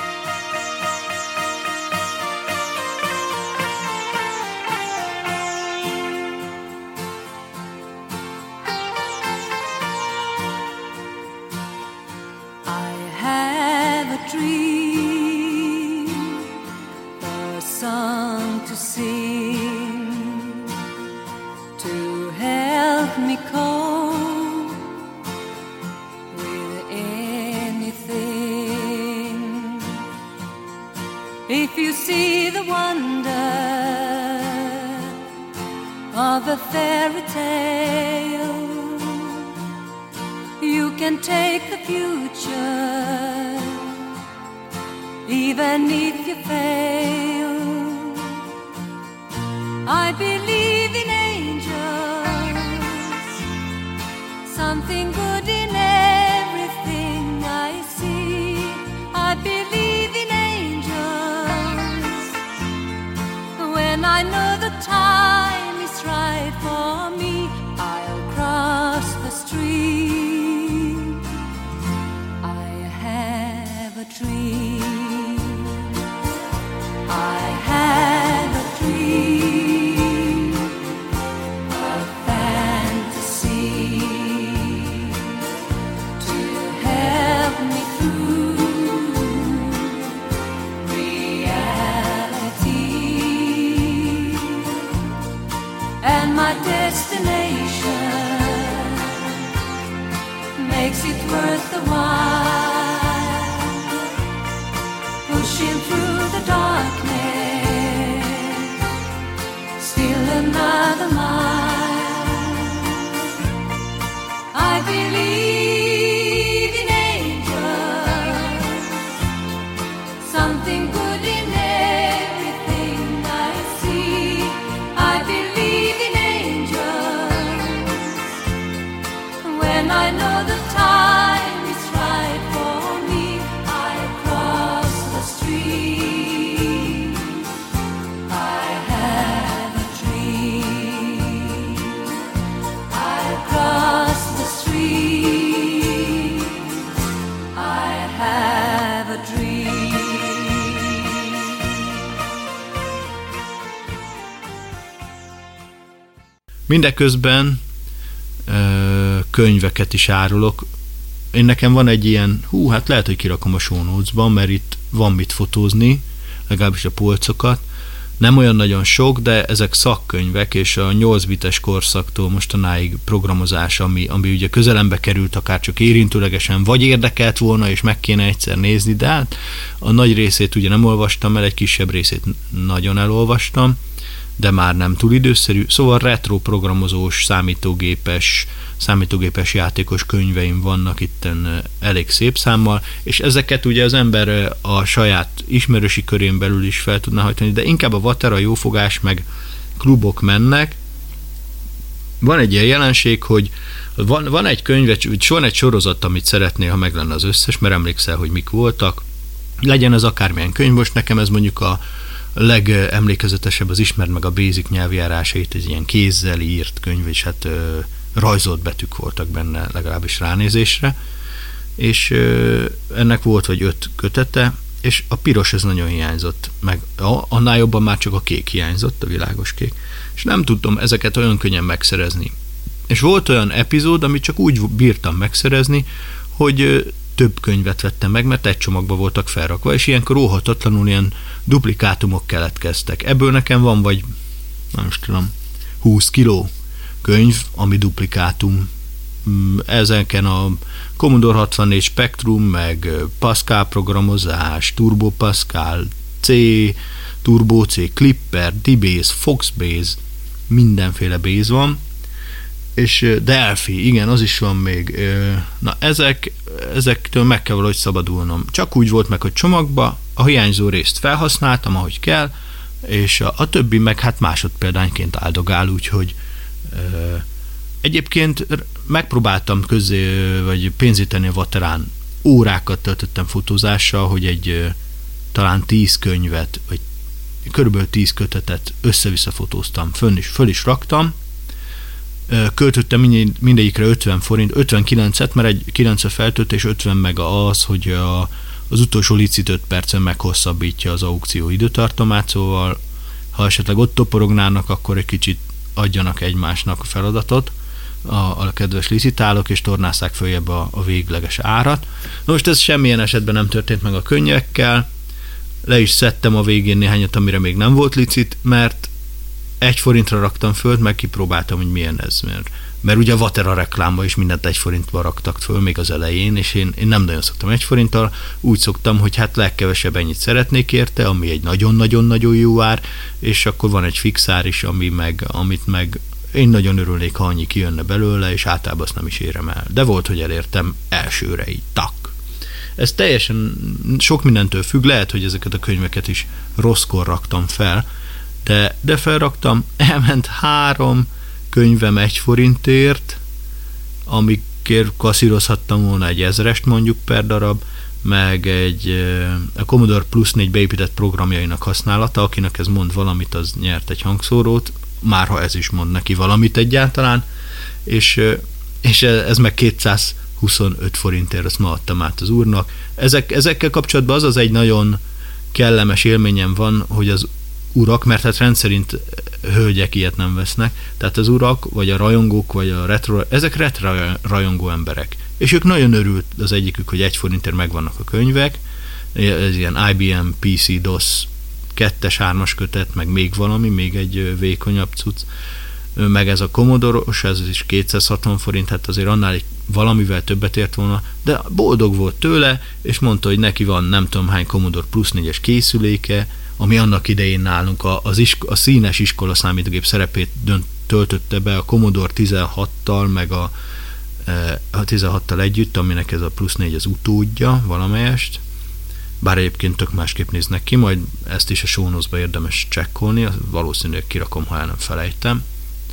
If you see the wonder of a fairy tale, you can take the future, even if you fail. I believe in angels, something good in everything I see. I believe in angels when I know the time is right for me. I'll cross the street. I have a dream. I have a dream, a fantasy to help me through reality, and my destination makes it worth the while, pushing through the darkness, still another mile. I believe in angels, something good in everything I see. I believe in angels when I know the time is right for me. I cross the street. I have a dream. I cross the street. I have a dream. Mindeközben ö, könyveket is árulok. Én nekem van egy ilyen, hú, hát lehet, hogy kirakom a show notes-ban, mert itt van mit fotózni, legalábbis a polcokat. Nem olyan nagyon sok, de ezek szakkönyvek, és a nyolc bites korszaktól mostanáig programozás, ami, ami ugye közelembe került, akár csak érintőlegesen, vagy érdekelt volna, és meg kéne egyszer nézni, de hát a nagy részét ugye nem olvastam el, egy kisebb részét nagyon elolvastam, de már nem túl időszerű. Szóval retro programozós, számítógépes, számítógépes játékos könyveim vannak itten elég szép számmal, és ezeket ugye az ember a saját ismerősi körén belül is fel tudna hajtani, de inkább a Vatera, jófogás, meg klubok mennek. Van egy ilyen jelenség, hogy van, van egy könyv, van egy sorozat, amit szeretnél, ha meg lenne az összes, mert emlékszel, hogy mik voltak. Legyen ez akármilyen könyv, most nekem ez mondjuk a legemlékezetesebb, az Ismerd meg a Basic nyelvjárásait, egy ilyen kézzel írt könyv, és hát ö, rajzolt betűk voltak benne, legalábbis ránézésre, és ö, ennek volt vagy öt kötete, és a piros ez nagyon hiányzott, meg annál jobban már csak a kék hiányzott, a világos kék, és nem tudtam ezeket olyan könnyen megszerezni. És volt olyan epizód, amit csak úgy bírtam megszerezni, hogy ö, több könyvet vettem meg, mert egy csomagba voltak felrakva, és ilyenkor óhatatlanul ilyen duplikátumok keletkeztek. Ebből nekem van vagy, nem is tudom, húsz kiló könyv, ami duplikátum. Ezeken a Commodore hatvannégy Spectrum, meg Pascal programozás, Turbo Pascal, C, Turbo C, Clipper, D-Base, Foxbase, mindenféle base van, és Delphi, igen, az is van még. Na, ezek, ezektől meg kell valahogy szabadulnom. Csak úgy volt meg, hogy csomagba a hiányzó részt felhasználtam, ahogy kell, és a, a többi meg hát másodpéldányként áldogál, úgyhogy ö, egyébként megpróbáltam közé, vagy pénzíteni a Vaterán. Órákat töltöttem fotózással, hogy egy ö, talán tíz könyvet, vagy körülbelül tíz kötetet össze-vissza fotóztam, föl is, föl is raktam, Költöttem mindegyikre ötven forint, ötvenkilencet, mert egy kilencre feltölt, és ötven meg az, hogy a, az utolsó licit öt percen meghosszabbítja az aukció időtartamát, szóval ha esetleg ott toporognának, akkor egy kicsit adjanak egymásnak a feladatot a, a kedves licitálók, és tornásszák följebb a, a végleges árat. Na most ez semmilyen esetben nem történt meg a könyvekkel, le is szedtem a végén néhányat, amire még nem volt licit, mert egy forintra raktam föl, meg kipróbáltam, hogy milyen ez, mert, mert ugye a Vatera reklámban is mindent egy forintba raktak föl, még az elején, és én, én nem nagyon szoktam egy forinttal, úgy szoktam, hogy hát legkevesebb ennyit szeretnék érte, ami egy nagyon-nagyon-nagyon jó ár, és akkor van egy fix ár is, ami meg, amit meg én nagyon örülnék, ha annyi kijönne belőle, és általában azt nem is érem el. De volt, hogy elértem elsőre így, tak. Ez teljesen sok mindentől függ, lehet, hogy ezeket a könyveket is rosszkor raktam fel, de, de felraktam, elment három könyvem egy forintért, amikért kasszírozhattam volna egy ezrest mondjuk per darab, meg egy a Commodore Plus négy beépített programjainak használata, akinek ez mond valamit, az nyert egy hangszórót, már ha ez is mond neki valamit egyáltalán, és, és ez meg kétszázhuszonöt forintért, azt ma adtam át az úrnak. Ezek, ezekkel kapcsolatban az az egy nagyon kellemes élményem van, hogy az urak, mert hát rendszerint hölgyek ilyet nem vesznek, tehát az urak, vagy a rajongók, vagy a retro, ezek retro rajongó emberek. És ők nagyon örült az egyikük, hogy egy forintért megvannak a könyvek, ez ilyen I B M P C DOS kettes, hármas kötet, meg még valami, még egy vékonyabb cucc, meg ez a Commodore-os, ez is kétszázhatvan forint, hát azért annál valamivel többet ért volna, de boldog volt tőle, és mondta, hogy neki van nem tudom hány Commodore Plus négyes készüléke, ami annak idején nálunk a, az isko, a színes iskola számítógép szerepét dönt, töltötte be a Commodore tizenhattal, meg a, a tizenhattal együtt, aminek ez a Plus négy az utódja valamelyest, bár egyébként tök másképp néznek ki, majd ezt is a show notes-ba érdemes csekkolni, valószínűleg kirakom, ha el nem felejtem.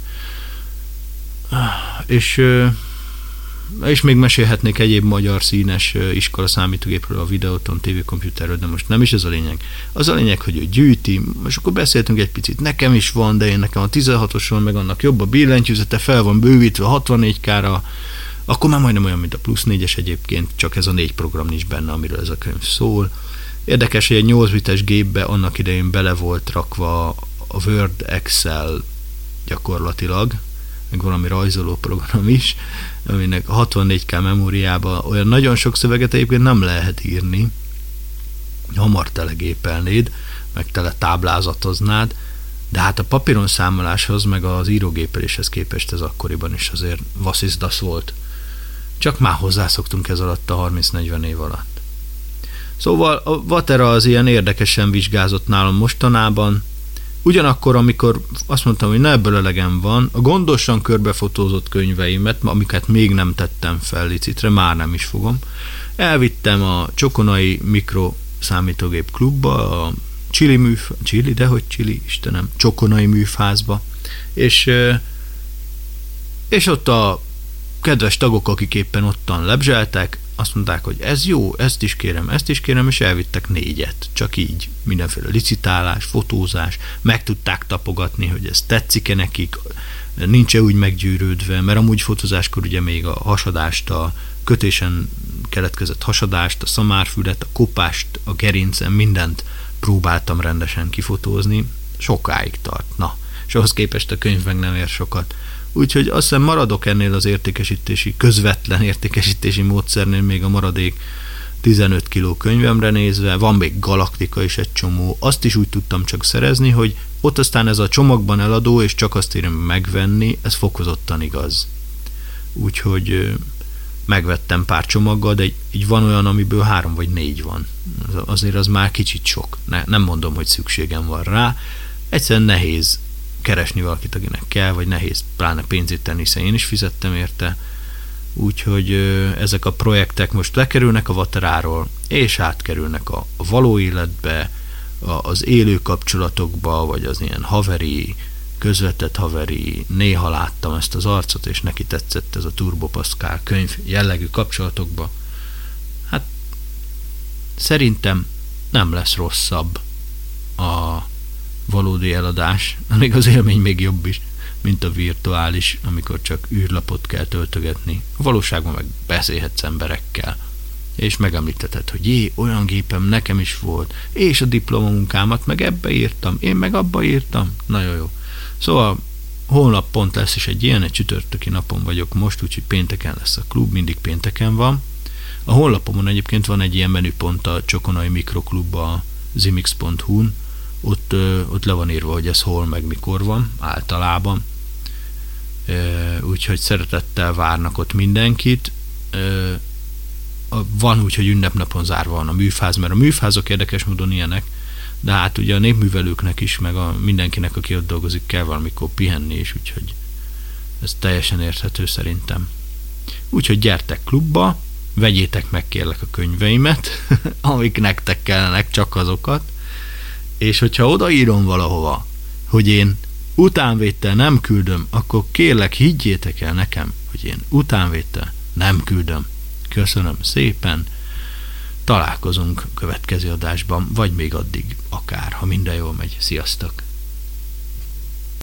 És, és még mesélhetnék egyéb magyar színes iskola számítógépről, a Videoton, tévékomputerről, de most nem is ez a lényeg. Az a lényeg, hogy ő gyűjti, és akkor beszéltünk egy picit, nekem is van, de én nekem a tizenhatoson, meg annak jobb a billentyűzete, fel van bővítve hatvannégy ká-ra, akkor már majdnem olyan, mint a Plus négyes egyébként, csak ez a négy program nincs benne, amiről ez a könyv szól. Érdekes, hogy egy nyolc bites gépbe annak idején bele volt rakva a Word, Excel gyakorlatilag, meg valami rajzoló program is, aminek hatvannégy ká memóriába olyan nagyon sok szöveget egyébként nem lehet írni, hamar telegépelnéd, meg tele táblázatoznád, de hát a papíron számoláshoz, meg az írógépeléshez képest ez akkoriban is azért vasszizdasz volt. Csak már hozzászoktunk ez alatt a harminc-negyven év alatt. Szóval a Vatera az ilyen érdekesen vizsgázott nálam mostanában. Ugyanakkor, amikor azt mondtam, hogy ne ebből elegem van, a gondosan körbefotózott könyveimet, amiket még nem tettem fel licitre, már nem is fogom, elvittem a Csokonai Mikro Számítógép Klubba, a Csili műf... Csili? Dehogy Csili, Istenem, Csokonai műfázba, és, és ott a kedves tagok, akik éppen ottan lebzseltek, azt mondták, hogy ez jó, ezt is kérem, ezt is kérem, és elvittek négyet. Csak így, mindenféle licitálás, fotózás, meg tudták tapogatni, hogy ez tetszik-e nekik, nincs-e úgy meggyűrődve, mert amúgy fotózáskor ugye még a hasadást, a kötésen keletkezett hasadást, a szamárfület, a kopást, a gerincen, mindent próbáltam rendesen kifotózni, sokáig tart, na, és ahhoz képest a könyv meg nem ér sokat. Úgyhogy azt hiszem maradok ennél az értékesítési, közvetlen értékesítési módszernél még a maradék tizenöt kiló könyvemre nézve, van még Galaktika is egy csomó, azt is úgy tudtam csak szerezni, hogy ott aztán ez a csomagban eladó, és csak azt írom megvenni, ez fokozottan igaz. Úgyhogy megvettem pár csomaggal, de így van olyan, amiből három vagy négy van. Azért az már kicsit sok. Ne, nem mondom, hogy szükségem van rá. Egyszerűen nehéz keresni valakit, akinek kell, vagy nehéz pláne pénzét tenni, hiszen én is fizettem érte. Úgyhogy ezek a projektek most lekerülnek a Vateráról, és átkerülnek a, a való életbe, a, az élő kapcsolatokba, vagy az ilyen haveri, közvetett haveri, néha láttam ezt az arcot, és neki tetszett ez a Turbo Pascal könyv jellegű kapcsolatokba. Hát szerintem nem lesz rosszabb a valódi eladás, még az élmény még jobb is. mint a virtuális, amikor csak űrlapot kell töltögetni. A valóságban meg beszélhetsz emberekkel, és megemlíteted, hogy jé, olyan gépem nekem is volt, és a diplomamunkámat meg ebbe írtam, én meg abba írtam. Nagyon jó. Szóval holnap pont lesz is egy ilyen, egy csütörtöki napon vagyok most, úgyhogy pénteken lesz a klub, mindig pénteken van. A honlapomon egyébként van egy ilyen menüpont, a Csokonai Mikroklub a zimix pont hu-n, ott, ö, ott le van írva, hogy ez hol meg mikor van, általában. Ö, úgyhogy szeretettel várnak ott mindenkit. Ö, van úgy, hogy ünnepnapon zárva van a műfáz, mert a műfázok érdekes módon ilyenek, de hát ugye a népművelőknek is, meg a mindenkinek, aki ott dolgozik, kell valamikor pihenni is, úgyhogy ez teljesen érthető szerintem. Úgyhogy gyertek klubba, vegyétek meg kérlek a könyveimet, amik nektek kellenek, csak azokat, és hogyha odaírom valahova, hogy én utánvétel nem küldöm, akkor kérlek higgyétek el nekem, hogy én utánvétel nem küldöm. Köszönöm szépen, találkozunk következő adásban, vagy még addig akár, ha minden jól megy. Sziasztok!